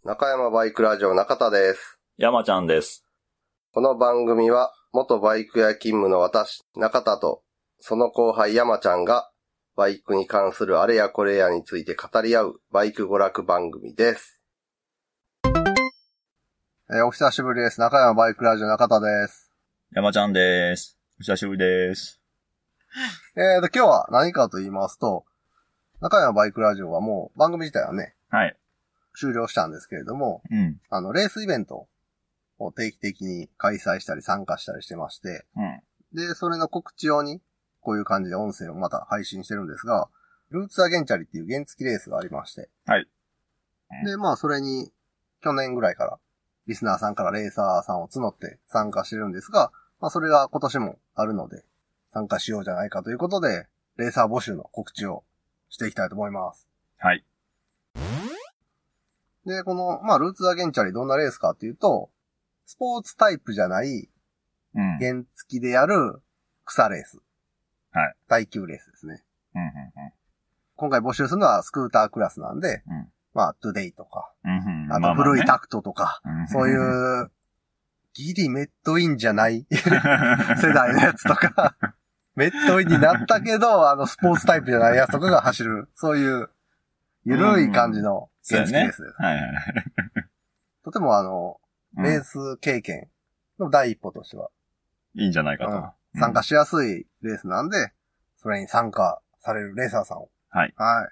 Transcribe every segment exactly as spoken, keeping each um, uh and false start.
中山バイクラジオ中田です。 山ちゃんです。 この番組は元バイク屋勤務の私中田とその後輩山ちゃんがバイクに関するあれやこれやについて語り合うバイク娯楽番組です。えー、お久しぶりです。中山バイクラジオ中田です。 山ちゃんです。お久しぶりです。 えーと、今日は何かと言いますと、中山バイクラジオはもう番組自体はね、 はい。 終了したんですけれども、 うん。 あの、レースイベントを定期的に開催したり参加したりしてまして、 うん。 で、それの告知用に、こういう感じで音声をまた配信してるんですが、ルーツアゲンチャリっていう原付レースがありまして、 はい。 うん、で、まあ、それに、去年ぐらいから、リスナーさんからレーサーさんを募って参加してるんですが、まあ、それが今年もあるので、参加しようじゃないかということで、レーサー募集の告知をしていきたいと思います。 はい。 で、この、まあ、ルーツアゲンチャリどんなレースかっていうと、スポーツタイプじゃない、 うん。 原付でやる草レース。 はい。 耐久レースですね。 うんうんうん。 今回募集するのはスクータークラスなんで、 うん、 まあ、トゥデイとか、 うんうん、 あと古いタクトとか、 まあまあね、 そういう、ギリメットインじゃない世代のやつとか、メットインになったけど、あの、スポーツタイプじゃないやつとかが走る、そういう、ゆるい感じの原付レースです。 ね、はいはい。 とてもあの、レース経験の第一歩としては、 いいんじゃないかと、 うん。参加しやすいレースなんで、それに参加されるレーサーさんを。 はい。 はい。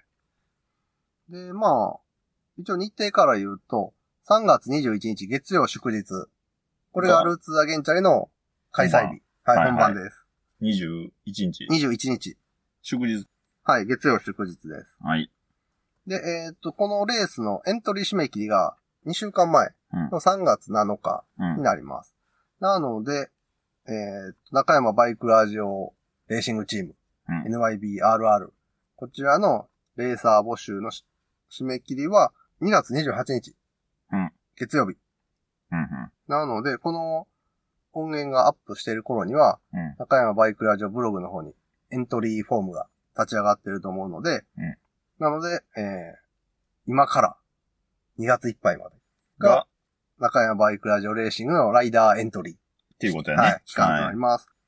で、まあ、一応日程から言うと、さんがつにじゅういちにち月曜祝日。これがルーツアゲンチャリの開催日。はい、はい、本番です。 にじゅういちにち。 にじゅういちにち。 祝日。 はい、月曜祝日です。 はい。 で、えっと、このレースのエントリー締め切りがにしゅうかんまえのさんがつなのかになります。うん、なので、えー、中山バイクラジオレーシングチーム、うん、エヌワイビーアールアール。こちらのレーサー募集の締め切りはにがつにじゅうはちにち。 うん、 月曜日、 うんうん。 なので、この音源がアップしている頃には、うん、中山バイクラジオブログの方にエントリーフォームが立ち上がっていると思うので、うん、なので、えー、今からにがついっぱいまでが中山バイクラジオレーシングのライダーエントリー。 っていうことやね。 はい、期間となります。はい、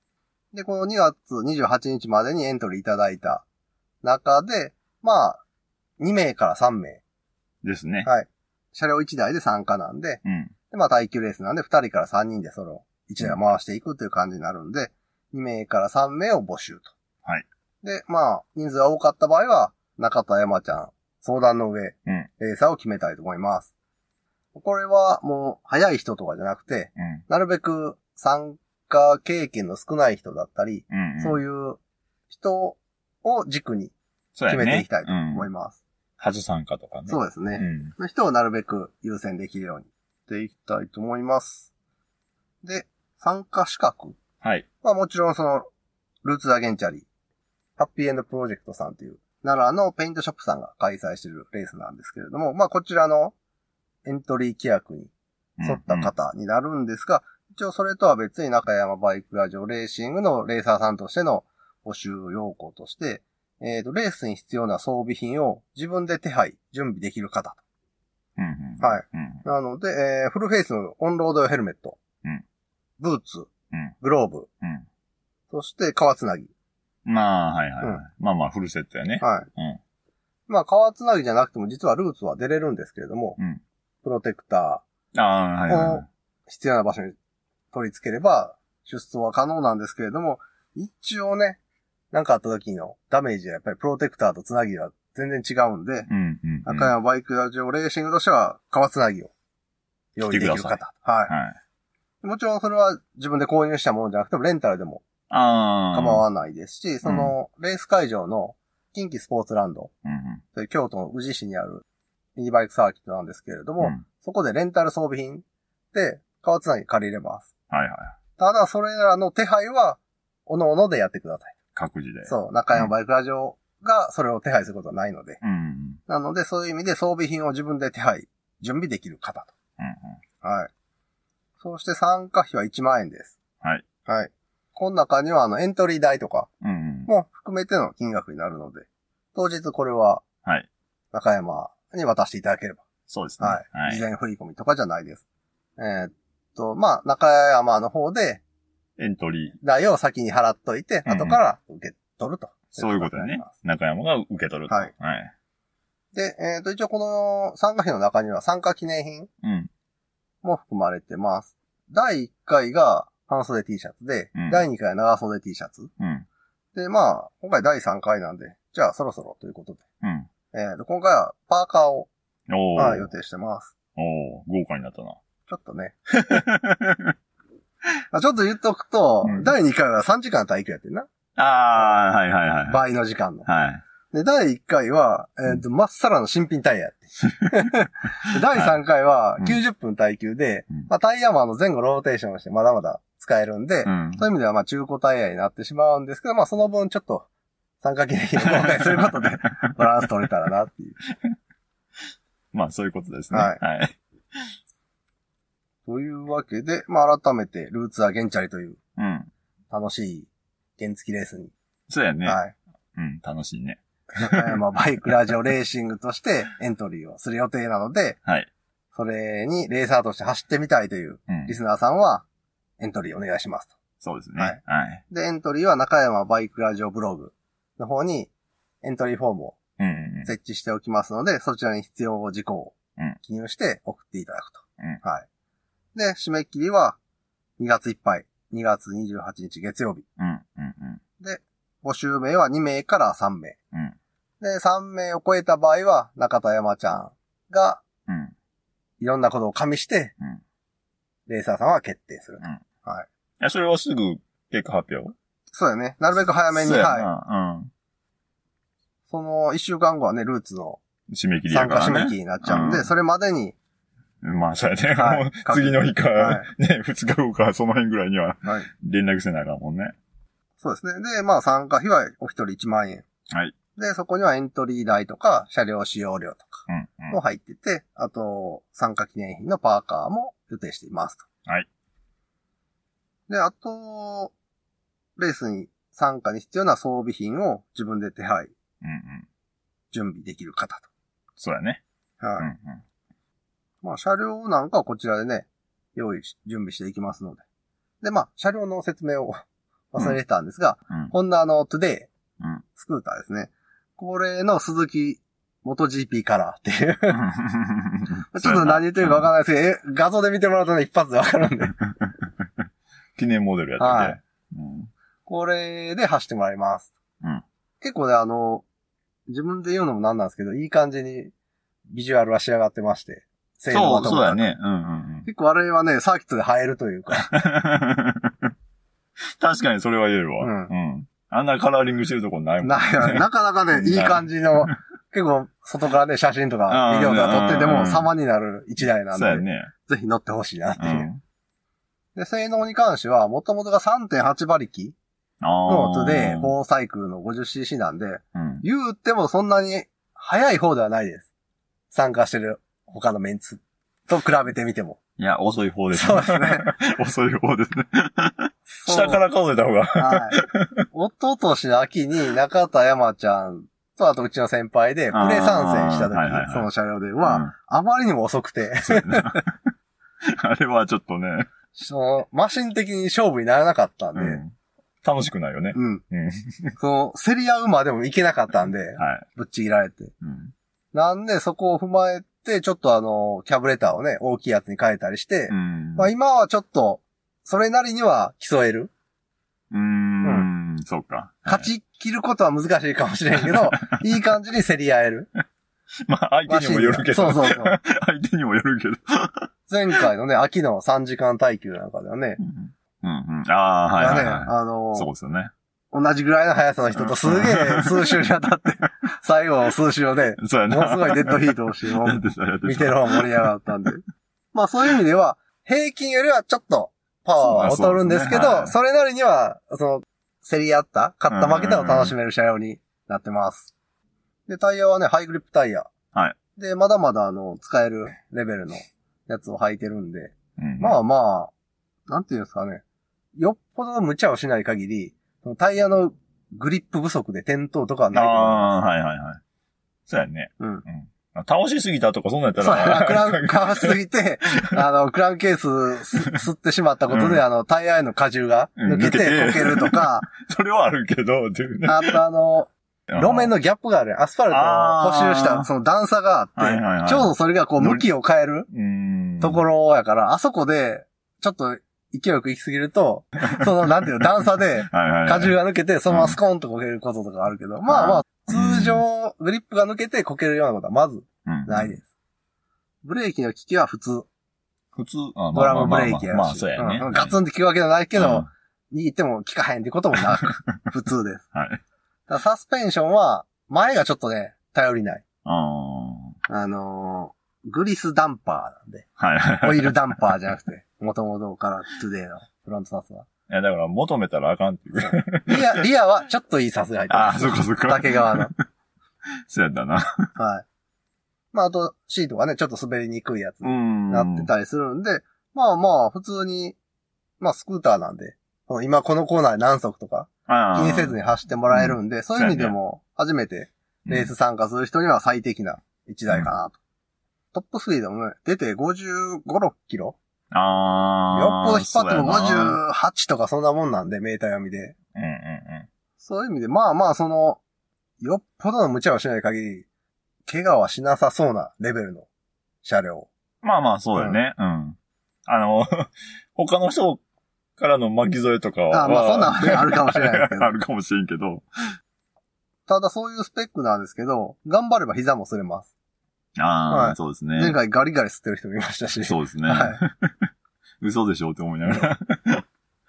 で、このにがつにじゅうはちにちまでにエントリーいただいた中で、まあ、にめいからさんめい。 ですね。 はい。車両いちだいで参加なんで、うん、でまあ耐久レースなんでふたりからさんにんでそれをいちだい回していくという感じになるんで、にめいからさんめいを募集と。 はい。 で、まあ、人数が多かった場合は、中田山ちゃん、相談の上、うん、レーサーを決めたいと思います。これはもう、早い人とかじゃなくて、うん、なるべく参加経験の少ない人だったり、うんうん、そういう人を軸に決めていきたいと思います。 うん、初参加とかね。 そうですね。うん、の人をなるべく優先できるようにしていきたいと思います。で、参加資格。 はい。 まあもちろんその、ルーツアゲンチャリ、ハッピーエンドプロジェクトさんという、奈良のペイントショップさんが開催しているレースなんですけれども、まあこちらのエントリー規約に沿った方になるんですが、うんうん、一応それとは別に中山バイクラジオレーシングのレーサーさんとしての募集要項として、えっと、レースに必要な装備品を自分で手配、準備できる方と。 うんうん、 はい。うん、なので、えー、フルフェイスのオンロードヘルメット、うん、ブーツ、うん、グローブ、うん、そして革つなぎ。 まあ、はいはい、はい、うん。まあまあ、フルセットやね。 はい。うん、まあ、革つなぎじゃなくても実はルーツは出れるんですけれども、うん、プロテクターを必要な場所に取り付ければ出走は可能なんですけれども、一応ね、なんかあった時のダメージはやっぱりプロテクターとつなぎは全然違うんで、うんうんうん、中山バイクラジオレーシングとしては革つなぎを用意できる方。はい、はい。もちろんそれは自分で購入したものじゃなくてもレンタルでも構わないですし、そのレース会場の近畿スポーツランド、うんうん、京都の宇治市にあるミニバイクサーキットなんですけれども、うん、そこでレンタル装備品で革つなぎ借りれます。 はいはい。 ただそれらの手配は各々でやってください。 各自で。 そう、中山バイクラジオがそれを手配することはないので。うん、なのでそういう意味で装備品を自分で手配、準備できる方と。うんうん、はい。そして参加費はいちまんえんです。 はい。 はい。この中にはあのエントリー代とかも含めての金額になるので、当日これは中山に渡していただければそうですね。 はい。はい、事前振り込みとかじゃないです。えー、っと、まあ、中山の方で、 エントリー。 代を先に払っといて、うんうん、後から受け取ると。 そういうことだね。中山が受け取ると。 はい。はい。で、えー、っと、一応この参加費の中には参加記念品も含まれてます。うん、だいいっかいが半袖 T シャツで、うん、だいにかいは長袖 T シャツ。うん、で、まあ、今回だいさんかいなんで、じゃあそろそろということで。うん、えー、と今回はパーカーを、はい、予定してます。 おー、豪華になったな。 ちょっとね。ちょっと言っとくと、うん、だいにかいはさんじかん体育やってんな。 あー、はいはいはい。 倍の時間の。 はい。 で、だいいっかいは、えっと、まっさらの新品タイヤやって。だいさんかいはきゅうじゅっぷん耐久で、うん、まあ、タイヤもあの前後ローテーションしてまだまだ使えるんで、うん、そういう意味ではまあ中古タイヤになってしまうんですけど、まあその分ちょっと参加記念品を公開することでバランス取れたらなっていう。 まあそういうことですね。はい。はい。 というわけで、まあ改めてルーツはゲンチャリという、楽しい原付レースに。 そうやね。はい。うん、楽しいね。 中山バイクラジオレーシングとしてエントリーをする予定なので、はい。それにレーサーとして走ってみたいというリスナーさんはエントリーお願いしますと。 そうですね。はい。はい。 で、エントリーは中山バイクラジオブログの方にエントリーフォームを設置しておきますので、うんうんうん、そちらに必要事項を記入して送っていただくと。うん、はい。で、締め切りはにがついっぱい、にがつにじゅうはちにち月曜日。うんうんうん、で、募集名はにめいからさんめい。うん、で、さんめいを超えた場合は、中田山ちゃんが、うん、いろんなことを加味して、うん、レーサーさんは決定すると。うん、はい。いや、それはすぐ結果発表？ そうだね。なるべく早めに、はい。うん。そのいっしゅうかんごはね、ルーツの締め切りやからね。 参加締め切りになっちゃうんで、うん、それまでに、 まあ、そうやね。はい、もう次の日か、はい、ね、ふつかごか、その辺ぐらいには、連絡せなあかんもんね。 そうですね。で、まあ、参加費はお一人いちまんえん。はい。で、そこにはエントリー代とか、車両使用料とかも入ってて、うんうん、あと、参加記念品のパーカーも予定していますと。はい。で、あと、レースに参加に必要な装備品を自分で手配、うんうん、準備できる方と。 そうやね。はい。 うんうん、まあ、車両なんかはこちらでね、用意し、準備していきますので。で、まあ、車両の説明を忘れてたんですが、うん、ホンダのトゥデイ、うん、スクーターですね。これの鈴木元 ジーピー カラーっていう。ちょっと何言ってるかわかんないですけど、画像で見てもらうとね、一発でわかるんで。 記念モデルやったんで、はいうん。これで走ってもらいます。うん、結構ね、あの、自分で言うのもなんなんですけど、いい感じにビジュアルは仕上がってまして。 そう、そうだね。うんうんうん。 結構あれはね、サーキットで映えるというか。 確かにそれは言えるわ。うん。うん。あんなカラーリングしてるとこないもんね。 な、なかなかね、いい感じの、結構外からね、写真とかビデオとか撮ってても様になる一台なんで、そうやね、ぜひ乗ってほしいなっていう。うん、で、性能に関しては、元々が さんてんはち 馬力のトゥデイフォーサイクルの ごじゅっシーシー なんで、うん、言うてもそんなに速い方ではないです。参加してる他のメンツと比べてみても。 いや、遅い方ですね。 そうですね。 遅い方ですね。下から数えた方が。 はい。おととしの秋に中田山ちゃんとあとうちの先輩でプレ参戦した時、はいはいはい、その車両では、うん、あまりにも遅くて。 あれはちょっとね。 その、マシン的に勝負にならなかったんで。うん、 楽しくないよね。うん。うん、 その、競り合うまでもいけなかったんで、はい、ぶっちぎられて。うん、なんでそこを踏まえて、ちょっとあの、キャブレターをね、大きいやつに変えたりして、うん、まあ今はちょっと、それなりには競える。 うーん、うん、そうか。 勝ち切ることは難しいかもしれんけど、いい感じに競り合える。 まあ相手にもよるけど。 そうそうそう。 相手にもよるけど。 前回のね、秋のさんじかん耐久なんかではね。 うん、うんうん。ああ、はいはい、はい。ね、 あのー、 そうですよね。 同じぐらいの速さの人とすげえ数周に当たって、最後の数周をね、そうやなものすごいデッドヒートをして、見てる方盛り上がったんで。まあそういう意味では、平均よりはちょっとパワーは劣るんですけど、そ, そ, ねはい、それなりには、その、競り合った、勝った負けたを楽しめる車両になってます。で、タイヤはね、ハイグリップタイヤ。はい。で、まだまだあの、使えるレベルのやつを履いてるんで、うん、まあまあ、なんていうんですかね、よっぽど無茶をしない限り、タイヤのグリップ不足で転倒とかはないと思います。 ああ、はいはいはい。そうやね。うん。うん、 倒しすぎたとかそんなんやったら。 そう、クラン、倒しすぎて、あの、クランケース吸ってしまったことで、うん、あの、タイヤへの荷重が抜けてこけるとか。 それはあるけど、 あとあの、路面のギャップがある。アスファルトを補修したその段差があって、はいはいはい、ちょうどそれがこう向きを変えるところやから、あそこで、ちょっと勢いよく行き過ぎると、その、なんていうの、段差で荷重が抜けて、そのままスコーンとこけることとかあるけど、まあまあ、通常、グリップが抜けてこけるようなことはまずないです。ブレーキの効きは普通。 普通ドラムブレーキやし。 まあそうやね。 うん、ガツンって効くわけじゃないけど、握っても効かへんってこともなく、普通です。 はい。 だサスペンションは、前がちょっとね、頼りない。あ, あのー、グリスダンパーなんで。 はいはい。 オイルダンパーじゃなくて、元々からトゥデイのフロントサスは。 いや、だから求めたらあかんっていう。 リア、リアはちょっといいサスが入ってます。 ああ、そっかそっか。 竹側の。 そうやったな。 はい。まあ、あと、シートがね、ちょっと滑りにくいやつになってたりするんで、まあまあ、普通に、まあ、スクーターなんで、今このコーナーで何速とか、気にせずに走ってもらえるんで、そういう意味でも、初めてレース参加する人には最適な一台かなと。トップスピードもね、出てごじゅうご、ろっキロあよっぽど引っ張ってもごじゅうはちとかそんなもんなんで、メーター読みで。 うんうんうん。 そういう意味で、まあまあ、その、よっぽどの無茶をしない限り、怪我はしなさそうなレベルの車両。 まあまあ、そうだよね。うん。うん、あの、他の人からの巻き添えとかは。 あまあ、そんなの、ね、あるかもしれないけど。 あるかもしれんけど。 ただそういうスペックなんですけど、頑張れば膝も擦れます。 ああ、はい、そうですね。 前回ガリガリ吸ってる人もいましたし。 そうですね。はい。嘘でしょって思いながら。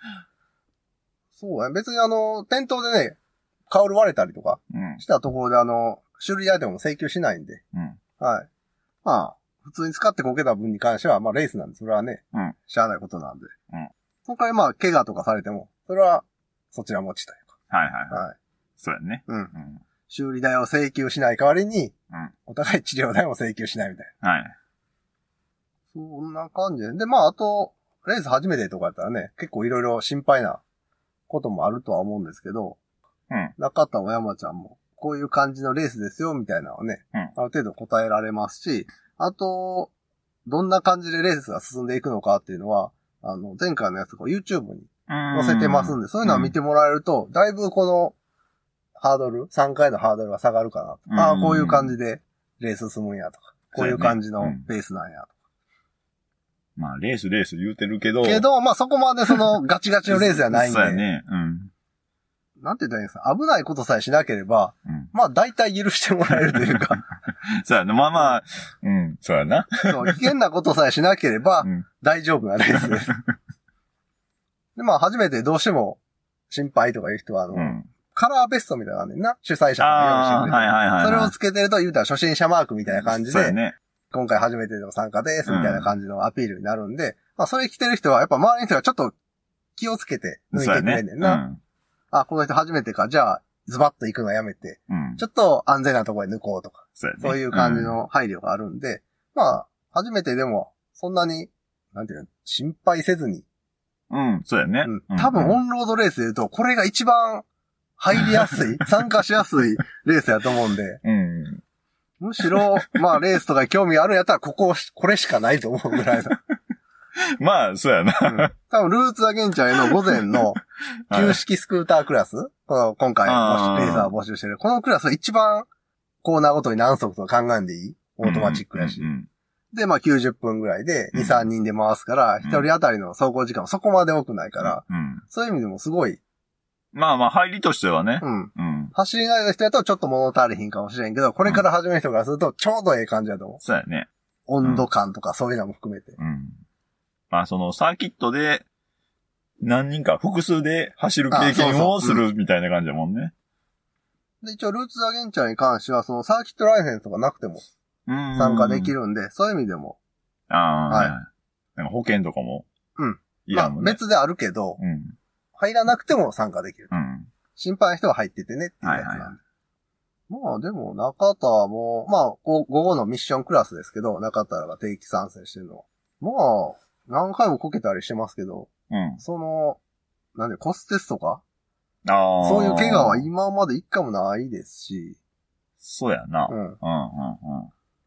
そうね。別にあの、店頭でね、カウル割れたりとかしたところで、あの、修理アイテムも請求しないんで。うん。はい。まあ、普通に使ってこけた分に関しては、まあレースなんで、それはね、うん。しゃあないことなんで。うん。今回まあ、怪我とかされても、それは、そちら持ちというか。はいはいはい。はい。そうやね。 うん。うん、修理代を請求しない代わりに、うん。お互い治療代も請求しないみたいな。はい。そんな感じで。で、まあ、あと、レース初めてとかやったらね、結構いろいろ心配なこともあるとは思うんですけど、うん。中田も山ちゃんも、こういう感じのレースですよ、みたいなのをね、うん。ある程度答えられますし、あと、どんな感じでレースが進んでいくのかっていうのは、あの、前回のやつを YouTube に載せてますんで、そういうのを見てもらえると、だいぶこの、ハードル、さんかいのハードルが下がるかなと。うん、ああ、こういう感じでレース進むんやとか、こういう感じのペースなんやとか。 うん、まあ、レースレース言うてるけど。 けど、まあそこまでそのガチガチのレースじゃないんで。 そうやね。うん。 なんて言ったらいいんですか、危ないことさえしなければ、うん、まあ大体許してもらえるというか。 そうやな、まあまあ、うん、そうやな。 そう、危険なことさえしなければ、大丈夫なレースです。で、まあ初めてどうしても心配とかいう人は、あの、うん、カラーベストみたいなのあんねんな。主催者が用意してくれて。はいはいはいはい、それをつけてると言うたら初心者マークみたいな感じで、ね、今回初めての参加ですみたいな感じのアピールになるんで、うん、まあそれ着てる人はやっぱ周りの人がちょっと気をつけて抜いてくれんねんな。ねうん、あ、この人初めてか、じゃあズバッと行くのやめて、うん、ちょっと安全なところへ抜こうとか、そうやね、そういう感じの配慮があるんで、うん、まあ初めてでもそんなに、なんていうの、心配せずに。 うん、そうやね。 うん、多分オンロードレースで言うと、これが一番入りやすい、参加しやすいレースやと思うんで。うん、むしろ、まあレースとか興味あるんやったら、ここ、これしかないと思うぐらいの。 まあ、そうやな。うん、 多分、ルーツアゲンチャーへの午前の、旧式スクータークラス、はい、この今回、レーサー募集してる。このクラスは一番、コーナーごとに何速とか考えんでいいオートマチックやし。うんうんうん、で、まあきゅうじゅっぷんぐらいで、に、さんにんで回すから、一、うん、人当たりの走行時間もそこまで多くないから、うん、そういう意味でもすごい、 まあまあ、入りとしてはね。 うん。うん、走り慣れた人やとちょっと物足りひんかもしれんけど、これから始める人からするとちょうどええ感じだと思う。 そうやね。 温度感とかそういうのも含めて。 うん。まあそのサーキットで何人か複数で走る経験をするみたいな感じだもんね。 で、一応ルーツアゲンチャーに関してはそのサーキットライセンスとかなくても参加できるんで、そういう意味でも。 ああ。はい。なんか保険とかも。 うん。いや、まあ別であるけど、うん。入らなくても参加できる。うん。心配な人は入っててねっていうやつなんで。はいはい、まあでも中田も、まあ午後のミッションクラスですけど、中田が定期参戦してるのは。まあ、何回もこけたりしてますけど、うん。その、なんで骨折とかああ。そういう怪我は今まで一回もないですし。 そうやな。うん。うんうんうん。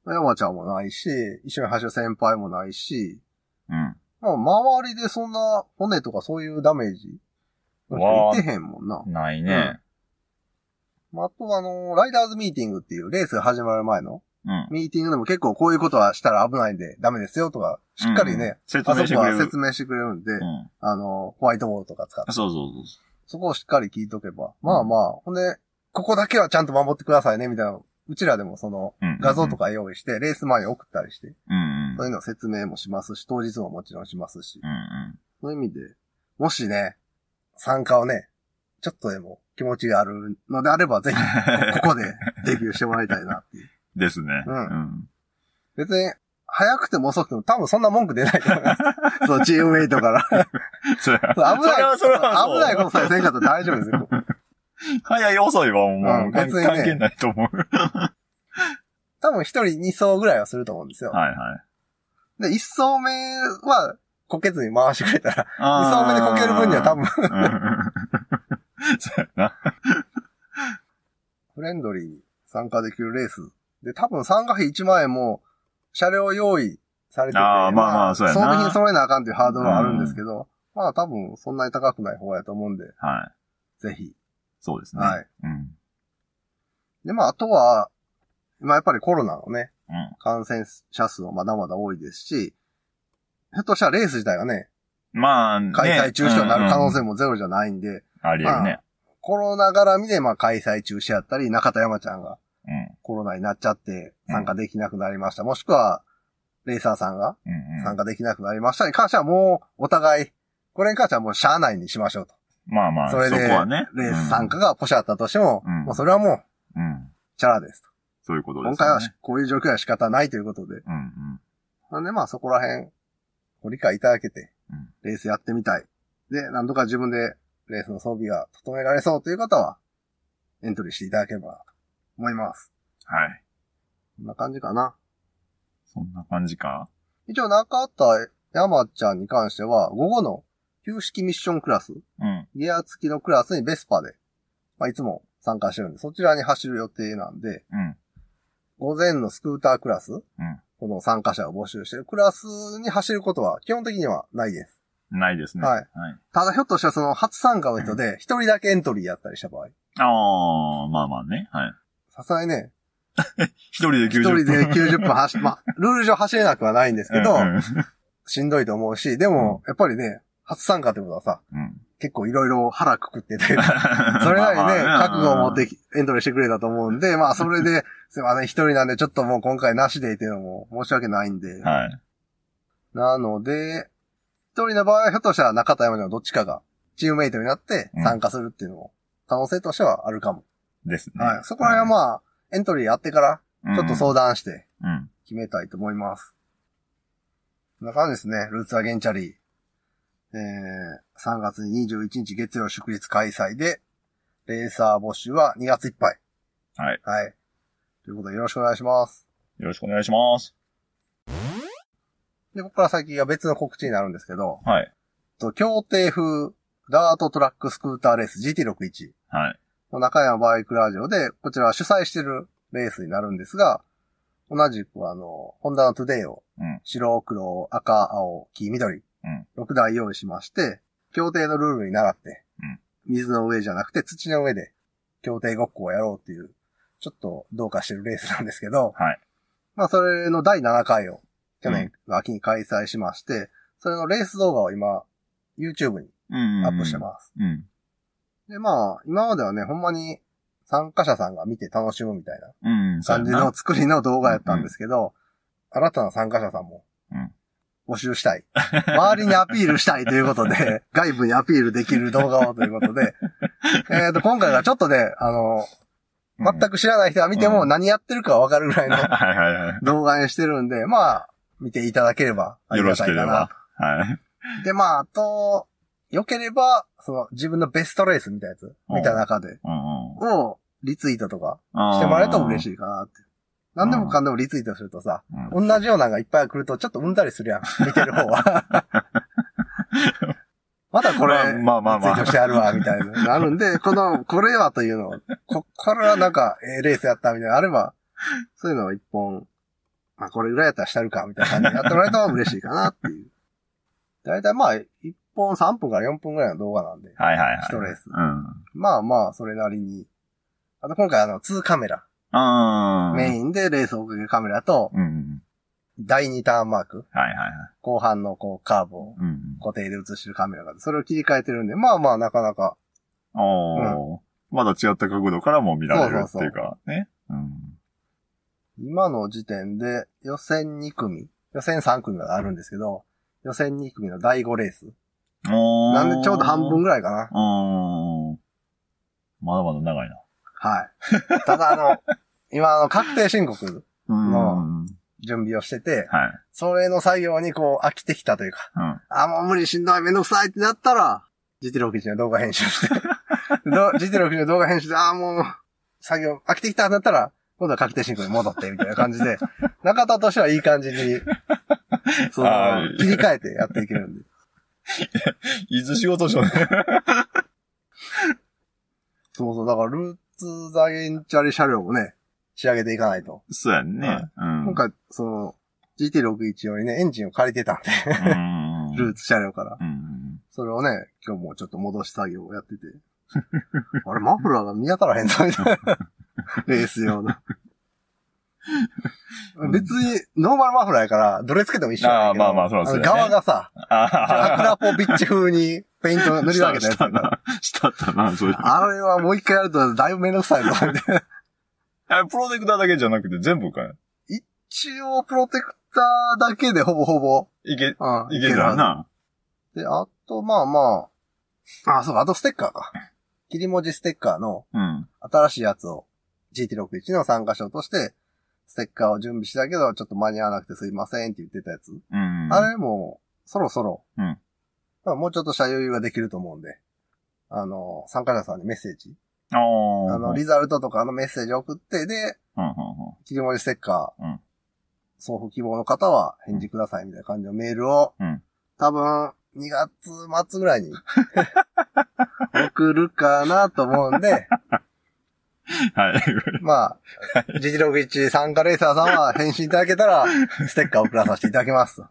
山ちゃんもないし、一緒に走る先輩もないし、 うん。 まあ、周りでそんな骨とかそういうダメージの人いてへんもんな。 ないね。 うん、あとはあの、ライダーズミーティングっていうレースが始まる前の、 うん、 ミーティングでも結構こういうことはしたら危ないんでダメですよとか、しっかりね、うん、 説明してくれる。 あそこは説明してくれるんで、うん、あの、ホワイトボードとか使って。 そうそうそう。 そこをしっかり聞いとけば、まあまあ、ほんで、ここだけはちゃんと守ってくださいね、みたいな。うちらでもその、画像とか用意して、レース前に送ったりして、 うんうん、 そういうのを説明もしますし、当日ももちろんしますし、 うんうん、 そういう意味で、もしね、参加をね、ちょっとでも気持ちがあるのであれば、ぜひ、ここでデビューしてもらいたいなっていう。 ですね。 うん。うん、別に、早くても遅くても多分そんな文句出ないと思います。そう、チームメイトから。 それ危ない、それは危ないことさえせんかったら大丈夫ですよ。 早い遅いはもう、うん、別に、ね、関係ないと思う。 多分一人二走ぐらいはすると思うんですよ。 はいはい。 で、一走目はこけずに回してくれたら、二走目でこける分には多分そうやな。 フレンドリーに参加できるレース。で、多分参加費いちまん円も車両用意されてて、 あまあまあそうやな。 装備品揃えなあかんっていうハードルはあるんですけど、まあ多分そんなに高くない方やと思うんで、 はい。 ぜひ。 そうですね。 はい。 うん。 で、まああとは、今やっぱりコロナのね、 うん、 感染者数もまだまだ多いですし、ひょっとしたらレース自体がね、 まあ、ね、 開催中止となる可能性もゼロじゃないんで、うんうん、 あり得るね、まあ。 コロナ絡みでまあ開催中止やったり、中田山ちゃんがコロナになっちゃって参加できなくなりました。うん、もしくは、レーサーさんが参加できなくなりましたに関してはもうお互い、これに関してはもうしゃあないにしましょうと。 まあまあ、 それで、レース参加がポシャったとしても、うん、もうそれはもう、チャラですと。 そういうことですね。 今回はこういう状況は仕方ないということで。 うんうん、 なんでまあそこら辺、ご理解いただけて、レースやってみたい。で、なんとか自分でレースの装備が整えられそうという方は、エントリーしていただければと思います。 はい。 こんな感じかな。 そんな感じか。 一応中田山ちゃんに関しては、午後の旧式ミッションクラス、 うん、 ギア付きのクラスにベスパで、まあいつも参加してるんで、そちらに走る予定なんで、 うん、 午前のスクータークラス、うん、この参加者を募集してるクラスに走ることは基本的にはないです。 ないですね。 はい。はい、ただひょっとしたらその初参加の人で一人だけエントリーやったりした場合。 ああ、まあまあね。はい。 さすがにね。 一人できゅうじゅっぷん。 一人できゅうじゅっぷん走、まあ、ルール上走れなくはないんですけど、うんうん、しんどいと思うし、でも、やっぱりね、初参加ってことはさ、うん、結構いろいろ腹くくってて、それなりにね、覚悟を持ってエントリーしてくれたと思うんで、まあそれで、すいません、一人なんでちょっともう今回なしでっていうのも申し訳ないんで。 はい。 なので、一人の場合はひょっとしたら中田山ちゃんのどっちかがチームメイトになって参加するっていうのも可能性としてはあるかも。 ですね。 はい。そこら辺はまあ、エントリーやってから、ちょっと相談して、決めたいと思います。こんな感じですね、ルーツアゲンチャリー。えー、さんがつにじゅういちにち月曜祝日開催で、レーサー募集はにがついっぱい。 はい。 はい。ということでよろしくお願いします。 よろしくお願いします。 で、ここから先が別の告知になるんですけど、 はい。 と、協定風ダートトラックスクーターレース ジーティーろくじゅういち。 はい。 中山バイクラジオで、こちらは主催してるレースになるんですが、同じくあの、ホンダのトゥデイを、うん、白、黒、赤、青、黄、緑、うん、ろくだい用意しまして、協定のルールに倣って、うん、水の上じゃなくて土の上で協定ごっこをやろうっていう、ちょっとどうかしてるレースなんですけど、 はい。 まあそれのだいななかいを去年の秋に開催しまして、うん、それのレース動画を今、YouTube にアップしてます。 うんうんうん、 で、まあ、今まではね、ほんまに参加者さんが見て楽しむみたいな感じの作りの動画やったんですけど、うんうん、新たな参加者さんも募集したい。周りにアピールしたいということで、外部にアピールできる動画をということで、えっと、今回はちょっとね、あの、全く知らない人が見ても何やってるかわかるぐらいの動画にしてるんで、まあ、見ていただければありがたいかなと。 はい。 で、まあ、あと、良ければ、その自分のベストレースみたいなやつ、見た中で、をリツイートとかしてもらえると嬉しいかなって。何でもかんでもリツイートするとさ、同じようなのがいっぱい来るとちょっとうんだりするやん。見てる方は。まだこれ、 まあまあまあ、 リツイートしてあるわ、みたいな。なるんで、この、これはというのを、こ、これはなんか、えー、レースやったみたいなのあれば、そういうのを一本まあこれぐらいやったらしたるか、みたいな感じでやってもらえたら嬉しいかなっていう。だいたいまあ、いっぽんさんぷんからよんぷんぐらいの動画なんで。 はいはいはい。 いちレース。 うん。 まあまあ、それなりに。あと今回あの、にカメラ。 うん。 メインでレースを追っかけるカメラと、うん。だいにターンマーク。 はいはいはい。 後半のこう、カーブを固定で映してるカメラが、それを切り替えてるんで、まあまあ、なかなか。 おー。うん、まだ違った角度からも見られるっていうか、そうそうそうね。うん。 今の時点で予選にくみ、予選さんくみがあるんですけど、予選にくみのだいごレース。なんでちょうど半分ぐらいかな。 まだまだ長いな。 はい。ただあの、今あの確定申告の準備をしてて、はい、それの作業にこう飽きてきたというか、うん、あ、もう無理しんどいめんどくさいってなったら、ジーティーろくじゅういち の動画編集して、ジーティーろくじゅういち の動画編集で、あ、もう作業飽きてきたんだったら、今度は確定申告に戻ってみたいな感じで、中田としてはいい感じに、その、切り替えてやっていけるんで。 いつ仕事しようね。 そうそう、だからルーツザゲンチャリ車両をね、仕上げていかないと。 そうやんね。はいうん、 今回、その、ジーティーろくじゅういち よりね、エンジンを借りてたんで、ルーツ車両から、うん。それをね、今日もちょっと戻し作業をやってて、あれ、マフラーが見当たらへんぞ、みたいな。レース用の。別に、ノーマルマフラーやから、どれつけても一緒なんだけど。ああ、まあまあ、そうですね。側がさ、アクラポビッチ風にペイント塗り分けたやつだから。 したったな、そういう。 あれはもう一回やるとだいぶめんどくさいぞ、みたいな。プロテクターだけじゃなくて全部かい？ 一応、プロテクターだけでほぼほぼ。 いけ、うん、いけるわな。 で、あと、まあまあ、あ、そうか、あとステッカーか。切り文字ステッカーの、新しいやつを、ジーティーろくじゅういち の参加賞として、ステッカーを準備したけど、ちょっと間に合わなくてすいませんって言ってたやつ。うん、あれも、そろそろ、うん、もうちょっとした余裕ができると思うんで、あの、参加者さんにメッセージ。あの、リザルトとかのメッセージを送って、で、切り文字ステッカー、うん、送付希望の方は返事くださいみたいな感じのメールを、うん、多分、にがつまつぐらいに送るかなと思うんで、 はい。 まあ、ジーティーろくじゅういち 参加レーサーさんは返信いただけたら、ステッカーを送らさせていただきます。はい。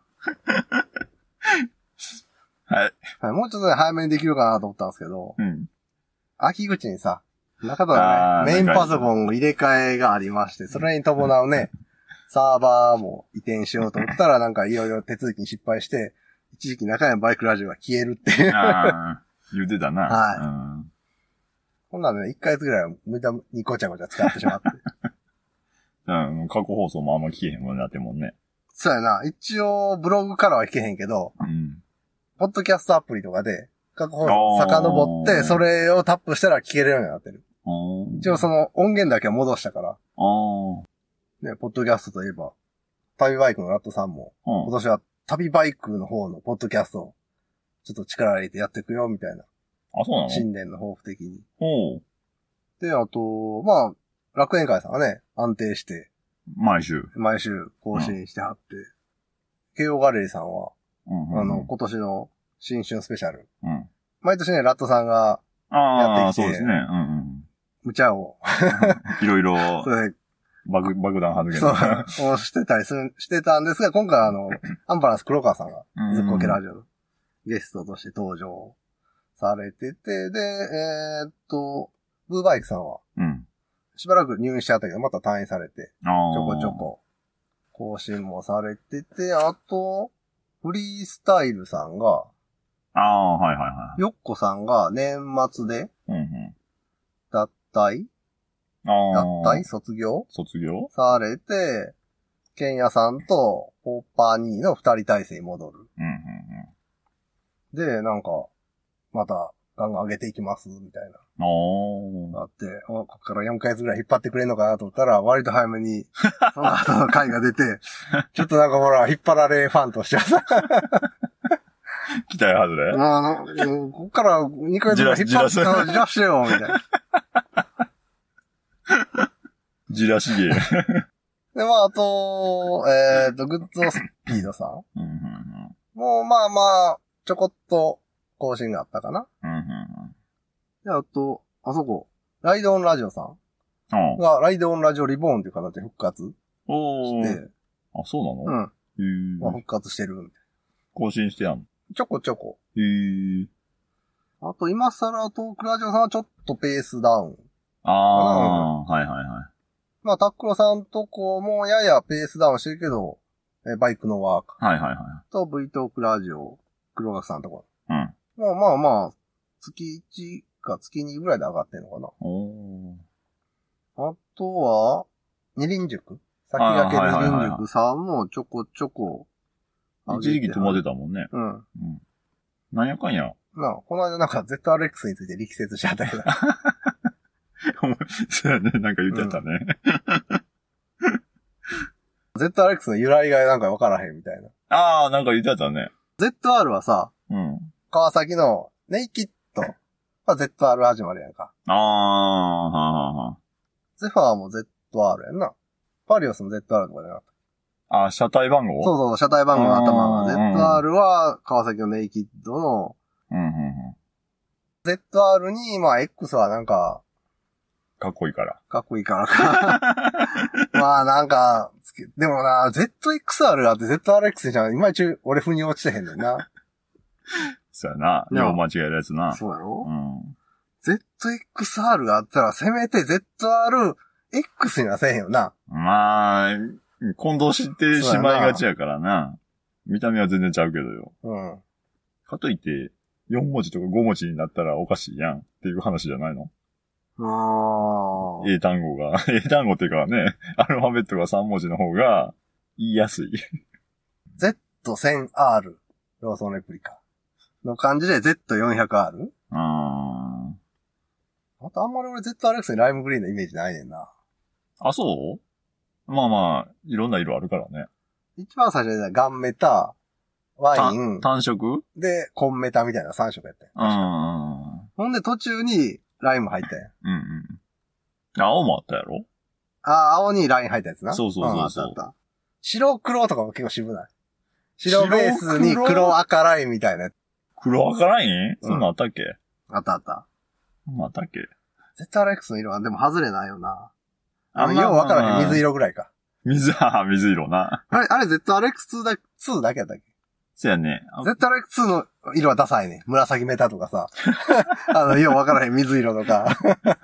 はい。もうちょっとね、早めにできるかなと思ったんですけど、うん。秋口にさ、中田のね、メインパソコン入れ替えがありまして、それに伴うね、サーバーも移転しようと思ったら、なんかいろいろ手続きに失敗して、一時期中山バイクラジオが消えるっていう。ああ、言うてたな。 はい。うんこんなのね、いっかげつぐらいは無駄にごちゃごちゃ使ってしまって。 うん、過去放送もあんま聞けへんもんになってもんね。 そうやな。一応、ブログからは聞けへんけど、うん、ポッドキャストアプリとかで、過去放送遡って、それをタップしたら聞けるようになってる。一応その音源だけは戻したから。ね、ポッドキャストといえば、旅バイクのラットさんも、今年は旅バイクの方のポッドキャストを、ちょっと力入れてやっていくよ、みたいな。 あ、そうなの？ 新年の抱負的に。おう。で、あと、まあ、楽園会さんがね、安定して。 毎週。 毎週更新してはって。慶応ガレリーさんは、うんうんうん、あの、今年の新春スペシャル。うん、毎年ね、ラットさんがやってきて。 そうですね。うんうん。 無茶を。 いろいろ。それ爆、爆弾発言とか。そう、してたりする、してたんですが、今回あの、アンバランス黒川さんが、ずっこけラジオのゲストとして登場されてて、で、えー、っと、ブーバイクさんは、うん、しばらく入院してあったけど、また退院されて、ちょこちょこ、更新もされてて、あと、フリースタイルさんが、 ああ、はいはいはい。 よっこさんが年末で、うんうん、脱退脱退卒業卒業されて、ケンヤさんとポッパーニーの二人体制に戻る。うんうんうん、で、なんか、また、ガンガン上げていきます、みたいな。おー。あって、ここからよんかげつぐらい引っ張ってくれんのかなと思ったら、割と早めに、その後の回が出て、ちょっとなんかほら、引っ張られファンとしてはさ。 期待外れあの、ここからにかげつぐらい引っ張って、じら, じらしてよ、みたいな。 じらしげ。で、 まあ、あと、えっ、ー、と、グッズオスピードさん。うんうんうん、もう、まあまあ、ちょこっと更新があったかな。うんうんうん、で、あと、あそこ、ライドオンラジオさんが、ライドオンラジオリボーンという形で復活して、 あ、そうなの？ うん。 へえ。 まあ、復活してるみたいな。 更新してやんの？ ちょこちょこ。 へえ。 あと、今更トークラジオさんはちょっとペースダウン。 ああ、はいはいはい。 まあ、タックロさんとこもややペースダウンしてるけど、えバイクのワーク。 はいはいはい。 と V トークラジオ、黒垣さんとこ。 うん。 まあまあまあ、月いちか月にぐらいで上がってんのかな。 おー。 あとは、二輪塾先駆け二輪塾さんもちょこちょこ。 一時期止まってたもんね。 うん。うん。 なんやかんや。 なあ、この間なんか ゼットアールエックス について力説しちゃったけど。 そうやね、なんか言ってたね。 うん、ゼットアールエックス の由来がなんかわからへんみたいな。 ああ、なんか言ってたね。 ゼットアール はさ、 うん。 川崎のネイキッドは ゼットアール 始まりやんか。 ああ、はあはあ。 ゼファーも ゼットアール やんな。パリオスも ゼットアール とかじゃなかった。 ああ、車体番号？ そうそう、車体番号の頭が。ゼットアール は川崎のネイキッドの、 うんうんうん、 ゼットアール に、まあ X はなんか、 かっこいいから。 かっこいいからか。まあなんか、でもな、ゼットエックスアール があって ゼットアールエックス じゃん。いまいち俺腑に落ちてへんねんな。 そうやな。よう間違えるやつな。 そうやろ？ うん。 ゼットエックスアール があったら、せめて ゼットアールエックス にはせえへんよな。 まあ、混同してしまいがちやからな。見た目は全然ちゃうけどよ。 うん。 かといって、よん文字とかご文字になったらおかしいやんっていう話じゃないの？ ああ。 英単語が、英単語っていうかね、アルファベットがさん文字の方が言いやすい。 ゼットせんアール、ローソンレプリカの感じで ゼットよんひゃくアール？ ああとあんまり俺 ゼットアールエックス にライムグリーンのイメージないねんな。 あ、そうまあまあ、いろんな色あるからね。 一番最初にガンメタ、ワイン。 単色で、コンメタみたいなさん色やったんや。 うん。 ほんで途中にライム入ったんや。 うんうん。青もあったやろ？ ああ、青にライン入ったやつな。 そうそうそうそう。 あったあった。白黒とかも結構渋ない。白ベースに黒赤ラインみたいなやつ。 黒赤ライン？そんなんあったっけ？ あったあった。 そんなんあったっけ？ ゼットアールエックス の色はでも外れないよな。あの、よう分からへん水色ぐらいか。 水、は水色な。 あれ、あれ ゼットアールエックスツー だ、ツーだけやったっけ？ そうやね。 ゼットアールエックスツー の色はダサいね。紫メタとかさ。あの、よう分からへん水色とか。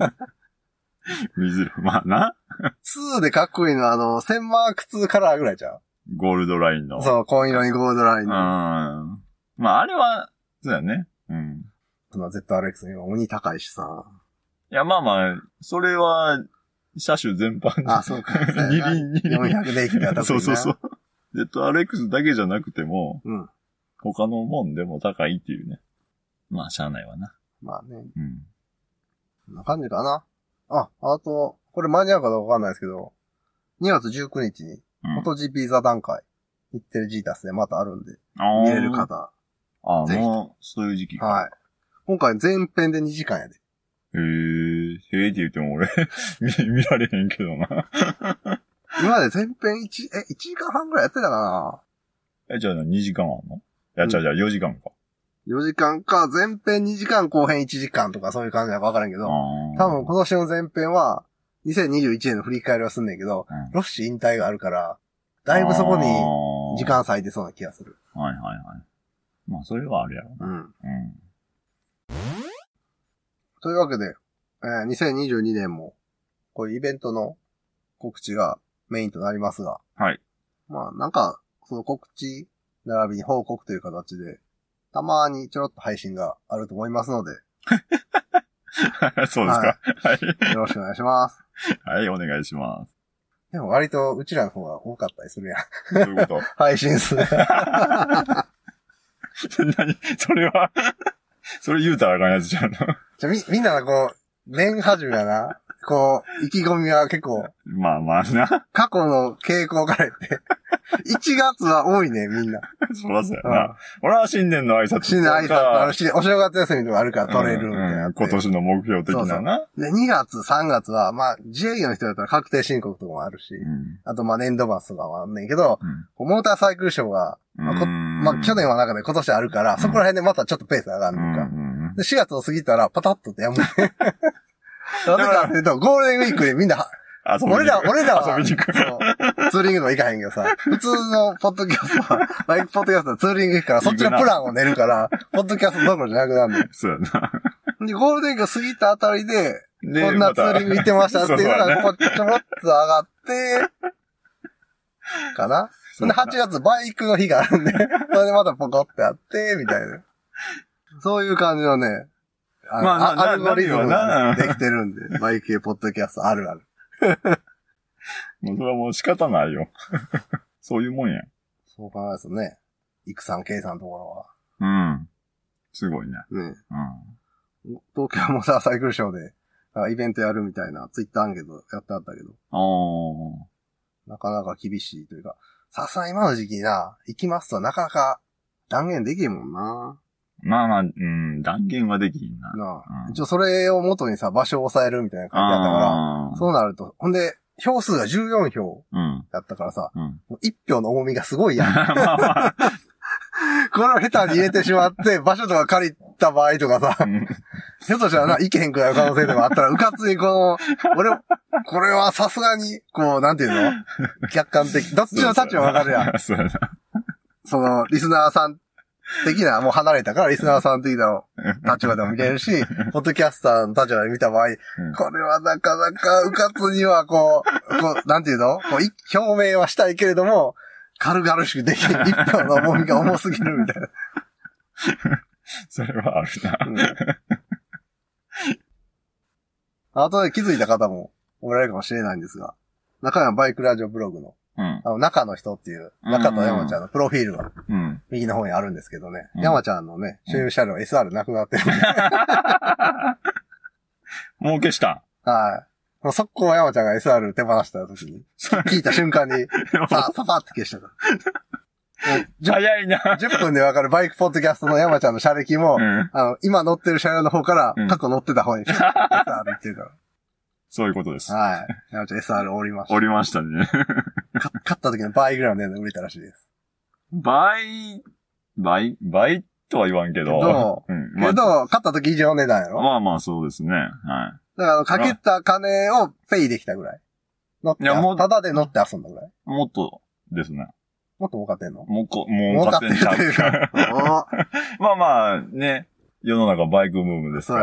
水色、まあな。 ツーでかっこいいのはあの、せんマークツーカラーぐらいちゃう？ ゴールドラインの。 そう、紺色にゴールドラインの。 うん。まああれは、そうやね。うん。 その ゼットアールエックス の色鬼高いしさ。 いや、まあまあ、それは、車種全般に。 あ、そうか。 二輪、二輪。 よんひゃくでいきたらそうそうそう。ゼットアールエックス だけじゃなくても、 うん。 他のもんでも高いっていうね。まあ、しゃあないわな。 まあね。 うん。 こんな感じかな。あ、あと、これ間に合うかどうかわかんないですけど、にがつじゅうくにちに、モトジーピー 座談会、日テレジータスでまたあるんで、見れる方。 ああ、もう、そういう時期か。 はい。今回前編でにじかんやで。 へえ、へえって言っても俺見、見られへんけどな。 今まで前編いち、え、いちじかんはんぐらいやってたかな。え、じゃあにじかんあんの？いや、じゃあじゃあよじかんか。 よじかんか、前編にじかん、後編いちじかんとかそういう感じなのかわからんけど、多分今年の前編は、にせんにじゅういちねんの振り返りはすんねんけど、うん、ロッシー引退があるから、だいぶそこに時間割いてそうな気がする。 はいはいはい。まあ、それはあるやろ。 うん。うん。というわけで、えー、にせんにじゅうにねんも、こういうイベントの告知がメインとなりますが、 はい。 まあ、なんか、その告知、並びに報告という形で、たまにちょろっと配信があると思いますので。 そうですか。はい。 よろしくお願いします。 はい、お願いします。 でも割とうちらの方が多かったりするやん。どういうこと？ 配信数。何それは、それ言うたらあかんやつじゃんの。 じゃ、み、みんなこう、年始めやな。こう、意気込みは結構。 まあまあな。 過去の傾向から言って。いちがつは多いね、みんな。 そらそうやな。うん、俺は新年の挨拶。 新年挨拶あるし、お正月休みとかあるから取れるみたいな、うんうん。今年の目標的なな。そうそうで、にがつ、さんがつは、まあ、自営業の人だったら確定申告とかもあるし、うん、あとまあ年度末とかもあんねんけど、うん、モーターサイクルショーが、まあこまあ、去年は中で今年あるから、そこら辺でまたちょっとペース上がるのか。うん、で、しがつを過ぎたらパタッとってやむね。だから言うと、ゴールデンウィークでみんな、 俺ら、俺らは、 遊びに行く。 そう。ツーリングとか行かへんけどさ、普通のポッドキャストは、バイクポッドキャストはツーリング行くから、そっちのプランを練るから、ポッドキャストどころじゃなくなるのよ。 そうやな。 で、ゴールデンウィーク過ぎたあたりで、こんなツーリング行ってましたっていうのが、こちょろっと上がって、かな。そんではちがつバイクの日があるんで、それでまたポコってあって、みたいな。そういう感じのね、あの、まあ、アルゴリズムができてるんで、バイク系ポッドキャストあるある。 もうそれはもう仕方ないよ。そういうもんや。 そう考えるとね、育さん、計さんのところは。うん。すごいね。 ね。うん。東京もさ、サイクルショーで、イベントやるみたいな、ツイッターアンケートやってあったけど。 ああ。なかなか厳しいというか、さすがに今の時期にな、行きますとなかなか断言できんもんな。 まあまあ、うん、断言はできんな。 なあ、うん、一応それを元にさ、場所を抑えるみたいな感じだったから、そうなると、ほんで、票数がじゅうよんひょうだったからさ、うん、もういち票の重みがすごいやん。まあまあこれを下手に入れてしまって、場所とか借りた場合とかさ、うん、ひょっとしたらな、行けへんくなる可能性とかあったら、うかつにこの、俺、これはさすがに、こう、なんていうの客観的。どっちの立場わかるやん。 そうやな。 その、リスナーさん的な、もう離れたから、リスナーさん的な立場でも見れるし、ポッドキャスターの立場で見た場合、うん、これはなかなかうかつにはこう、こう、なんていうのこう、表明はしたいけれども、軽々しくできる一票の重みが重すぎるみたいな。 それはあるな。うん、 あとで気づいた方もおられるかもしれないんですが、中山バイクラジオブログの、うん、あの中の人っていう、中と山ちゃんのプロフィールが、右の方にあるんですけどね、うん、山ちゃんのね、所有車両 エスアール なくなってるんで。 もう消した。 はい。速攻山ちゃんが エスアール 手放した時に、聞いた瞬間に、パパパって消したから。 早いな。 じゅっぷんでわかるバイクポッドキャストの山ちゃんの車歴も、うん、あの、今乗ってる車両の方から、過去乗ってた方に、エスアール っていうから。 そういうことです。 はい。山ちゃん エスアール 降りました。 降りましたね。 勝った時の倍ぐらいの値段で売れたらしいです。 倍、倍、倍とは言わんけど。 どう、うん、まあ、けど、勝った時以上の値段やろ。 まあまあそうですね。はい。 だから、かけた金をペイできたぐらい。乗って、いやもう、ただで乗って遊んだぐらい。 もっとですね。 もっと儲かってんのもうこ、もう儲かってんちゃう。まあまあ、ね。世の中バイクブームですから。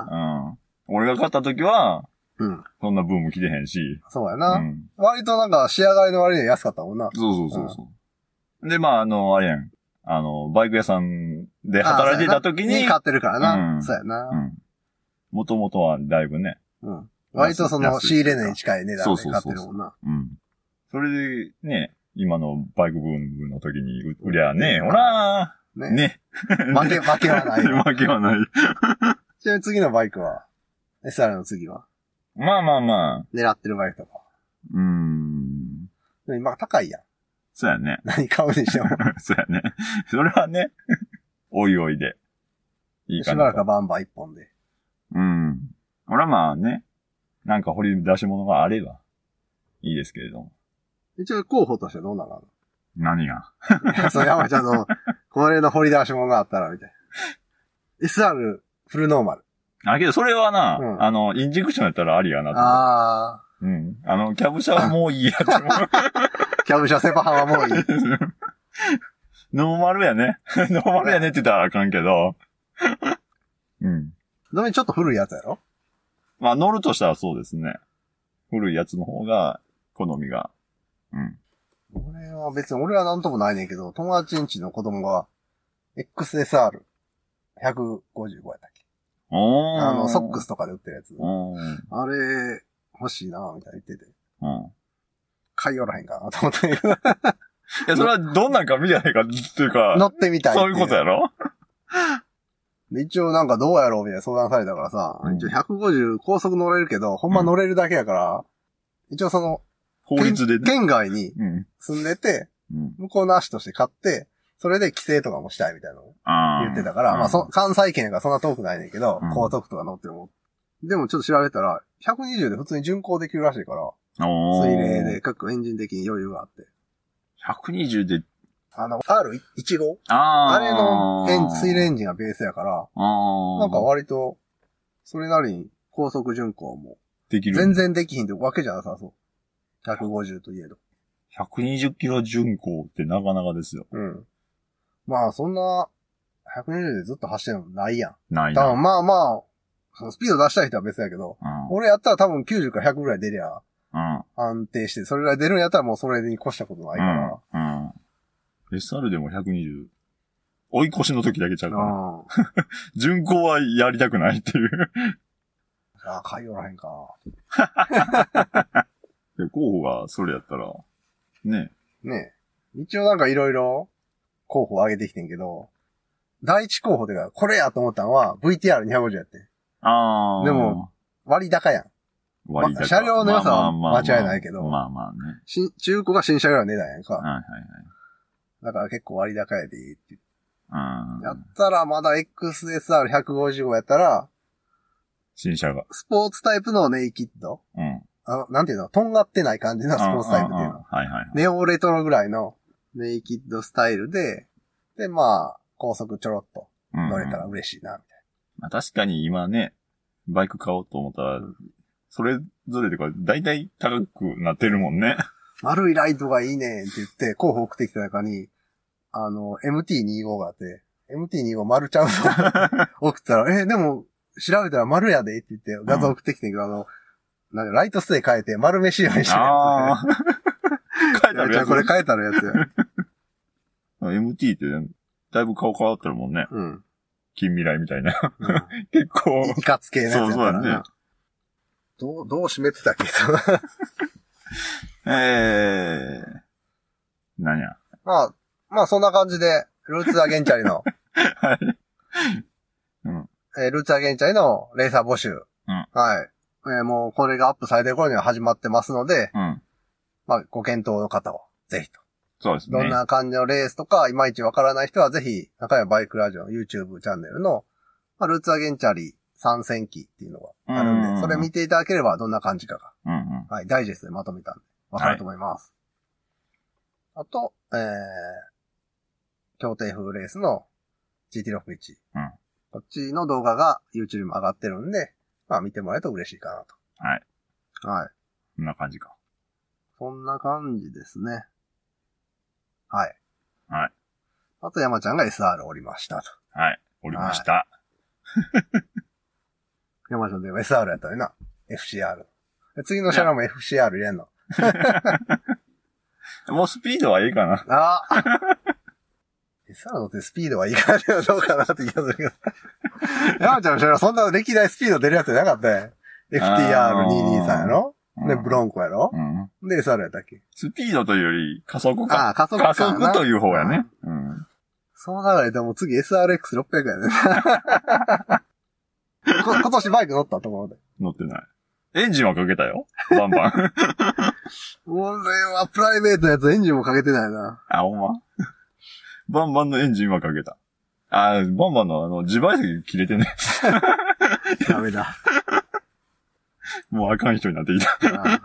うん。俺が買った時は、うん。そんなブーム来てへんし。 そうやな。うん。割となんか、仕上がりの割には安かったもんな。 そうそうそうそう、うん。で、まあ、あの、あれやん。あの、バイク屋さんで働いてた時に。 に買ってるからな。うん、そうやな。うん。 もともとはだいぶね。 うん。割とその仕入れ値に近い値段で買ってるもんな。そうそうそうそう。 うん。それでね、今のバイクブームの時に売りゃねえ、ほらー。ね。ね。 負け、負けはない。 負けはない。 ちなみに次のバイクは エスアール の次はまあまあまあ。狙ってるバイクとか。 うーん。 今高いやん。 そうやね。 何買うにしても。 そうやね。それはね、おいおいで。 いいかな。しばらくはバンバン一本で。 うん。俺はまあね、なんか掘り出し物があれば、いいですけれども。 一応候補としてどうなの？ 何がそう、山ちゃんの、これの掘り出し物があったら、みたいな。エスアール フルノーマル。 あ、けどそれはな、うん、あの、インジェクションやったらありやなと。 ああ。 うん。あの、キャブ車はもういいやつ。 キャブ車セパハはもういい。 ノーマルやね。ノーマルやねって言ったらあかんけど。うん。 どめちょっと古いやつやろ？ まあ乗るとしたらそうですね。古いやつの方が、好みが。うん。 俺は別に、俺はなんともないねんけど、友達んちの子供が、エックスエスアールひゃくごじゅうご やったっけ？ おー。 あの、ソックスとかで売ってるやつ。あれ、欲しいなみたいな言ってて。うん。買いよらへんかなと思って。いや、それはどんなんか見てないかっていうか。 乗ってみたい。 そういうことやろ？ で一応なんかどうやろうみたいな相談されたからさ、うん、一応ひゃくごじゅう高速乗れるけど、ほんま乗れるだけやから、うん、一応その、 法律で、ね、 県外に住んでて、うん、向こうの足として買って、それで規制とかもしたいみたいなのを言ってたから、まあそ、関西圏やからそんな遠くないねんけど、うん、高速とか乗っても。でもちょっと調べたら、ひゃくにじゅうで普通に巡航できるらしいから、水冷で各エンジン的に余裕があって。 ひゃくにじゅうで、 あの、アールいちご? あ, あれのエン水冷エンジンがベースやから、なんか割と、それなりに高速巡航も、できる。全然できひんってわけじゃなさそう。 ひゃくごじゅうといえど。 ひゃくにじゅっキロ巡航ってなかなかですよ。 うん。まあ、そんな、ひゃくにじゅうでずっと走ってるのないやん。 ないな。 多分まあまあ、そのスピード出したい人は別だけど、うん、俺やったら多分きゅうじゅうからひゃくぐらい出りゃ、うん、安定して、それぐらい出るんやったらもうそれに越したことないから。うん。うん、 エスアール でもひゃくにじゅう。追い越しの時だけちゃうから。巡航はやりたくないっていう。 ああ、買いよらへんか。 候補がそれやったら、ねえ。ねえ。一応なんかいろいろ候補上げてきてんけど、第一候補でかこれやと思ったのは ブイティーアールにひゃくごじゅう やって。ああ。でも、割高やん。割高。ま、車両の良さは間違いないけど。まあまあね。新、中古が新車ぐらいの値段やんか。はいはいはい。だから結構割高やでいいって言って。やったらまだ エックスエスアールひゃくごじゅうご やったら、 新車が。 スポーツタイプのネイキッド。うん。あの、なんていうの、とんがってない感じのスポーツタイプっていうの。はいはい。ネオレトロぐらいのネイキッドスタイルで、で、まあ、高速ちょろっと乗れたら嬉しいな、みたいな。 まあ確かに今ね、バイク買おうと思ったら、うん、それぞれとか、だいたい高くなってるもんね。 丸いライトがいいねんって言って、候補送ってきた中に、あの、エムティーにじゅうご があって、エムティーにじゅうご 丸ちゃうの送ったら、え、でも、調べたら丸やでって言って画像送ってきてんけど、うん、あの、なんかライトステー変えて丸飯用にしてるやつ。ああ。変えたるやつ。これ変えたるやつや。エムティー って、ね、だいぶ顔変わってるもんね。うん。近未来みたいな。うん、結構。 いかつ系のやつやったらな。そうそうだね。どう、どう締めてたっけえー。何や。 まあ、まあそんな感じで、ルーツアゲンチャリの。はい。うん。えー、ルーツアゲンチャリのレーサー募集。うん。はい。えー、もうこれがアップされてる頃には始まってますので、うん。まあ、ご検討の方は、ぜひと。 そうですね。 どんな感じのレースとか、いまいちわからない人は、ぜひ、中山バイクラジオの YouTube チャンネルの、まあ、ルーツアゲンチャリ参戦記っていうのがあるんで、うんうんうん、それ見ていただければどんな感じかが、うんうん、はい、ダイジェストでまとめたんで、わかると思います。はい、あと、えー、協定風レースの ジーティーろくじゅういち、うん。こっちの動画が YouTube にも上がってるんで、まあ見てもらえると嬉しいかなと。 はい。 はい。 こんな感じか。 そんな感じですね。はい。 はい。 あと山ちゃんが エスアール 降りましたと。 はい。降りました。はい、 山ちゃんで エスアール やったらな。エフシーアール。次の車両も エフシーアール 入れんの。 もうスピードはいいかな。 ああ。エスアール 乗ってスピードはいいかなではどうかなって気がするけど。山ちゃんの車両そんな歴代スピード出るやつじゃなかったよ。エフティーアールにひゃくにじゅうさん やろ、うん、で、ブロンコやろ、うん、で、エスアール やったっけスピードというより加速か。 ああ、加速か。 加速という方やね。うん。 その流れでもう次 エスアールエックスろっぴゃく やね。今年バイク乗ったところで。 乗ってない。エンジンはかけたよ。バンバン。 俺はプライベートのやつエンジンもかけてないな。 あ、ほんまバンバンのエンジンはかけた。あ、バンバンのあの、自賠責切れてね。 ダメだ。 もうあかん人になってきた。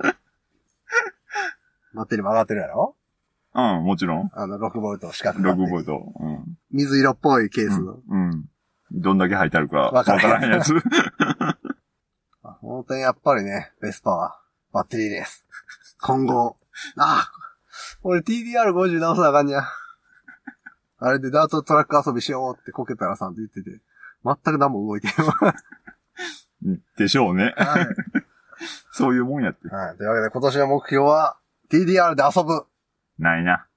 バッテリーも上がってるやろ？ うん、もちろん。 あの、ろくボルト四角バッテリー。ろくボルト。うん。 水色っぽいケースの。 うん。うん、どんだけ入ってあるかわからへんやつ。 本当にやっぱりね、ベスパはバッテリーです。今後。ああ、俺 ティーディーアールごじゅう 直さなあかんにゃ。あれでダートトラック遊びしようってコケタラさんって言ってて、全く何も動いてる。でしょうね。はい。そういうもんやって。 はい。というわけで今年の目標は ティーディーアール で遊ぶ。 ないな。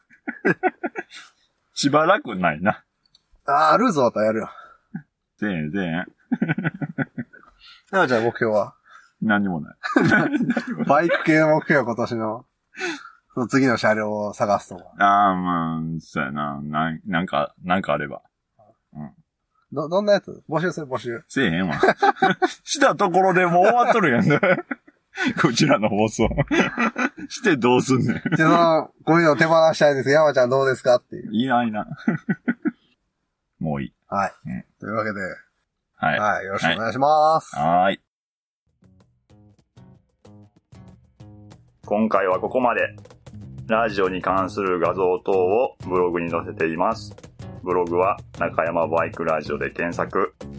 しばらくないな。 ああ、ルーズ終わったらやるよ。 せえん、せえん。 なあ、じゃあ目標は何にもない。 バイク系の目標は今年の。その次の車両を探すとか。 ああ、まあ、そうやな。な、なんか、なんかあれば。 うん。ど、どんなやつ募集する募集。 せえへんわ。したところでもう終わっとるやんね。こちらの放送。してどうすんねん。 じゃあ、その、こういうの手放したいです。山ちゃんどうですかっていう。 いないな。もういい。 はい。うん、というわけで。 はい。 はい。よろしくお願いします。 はい。今回はここまで。ラジオに関する画像等をブログに載せています。ブログは中山バイクラジオで検索。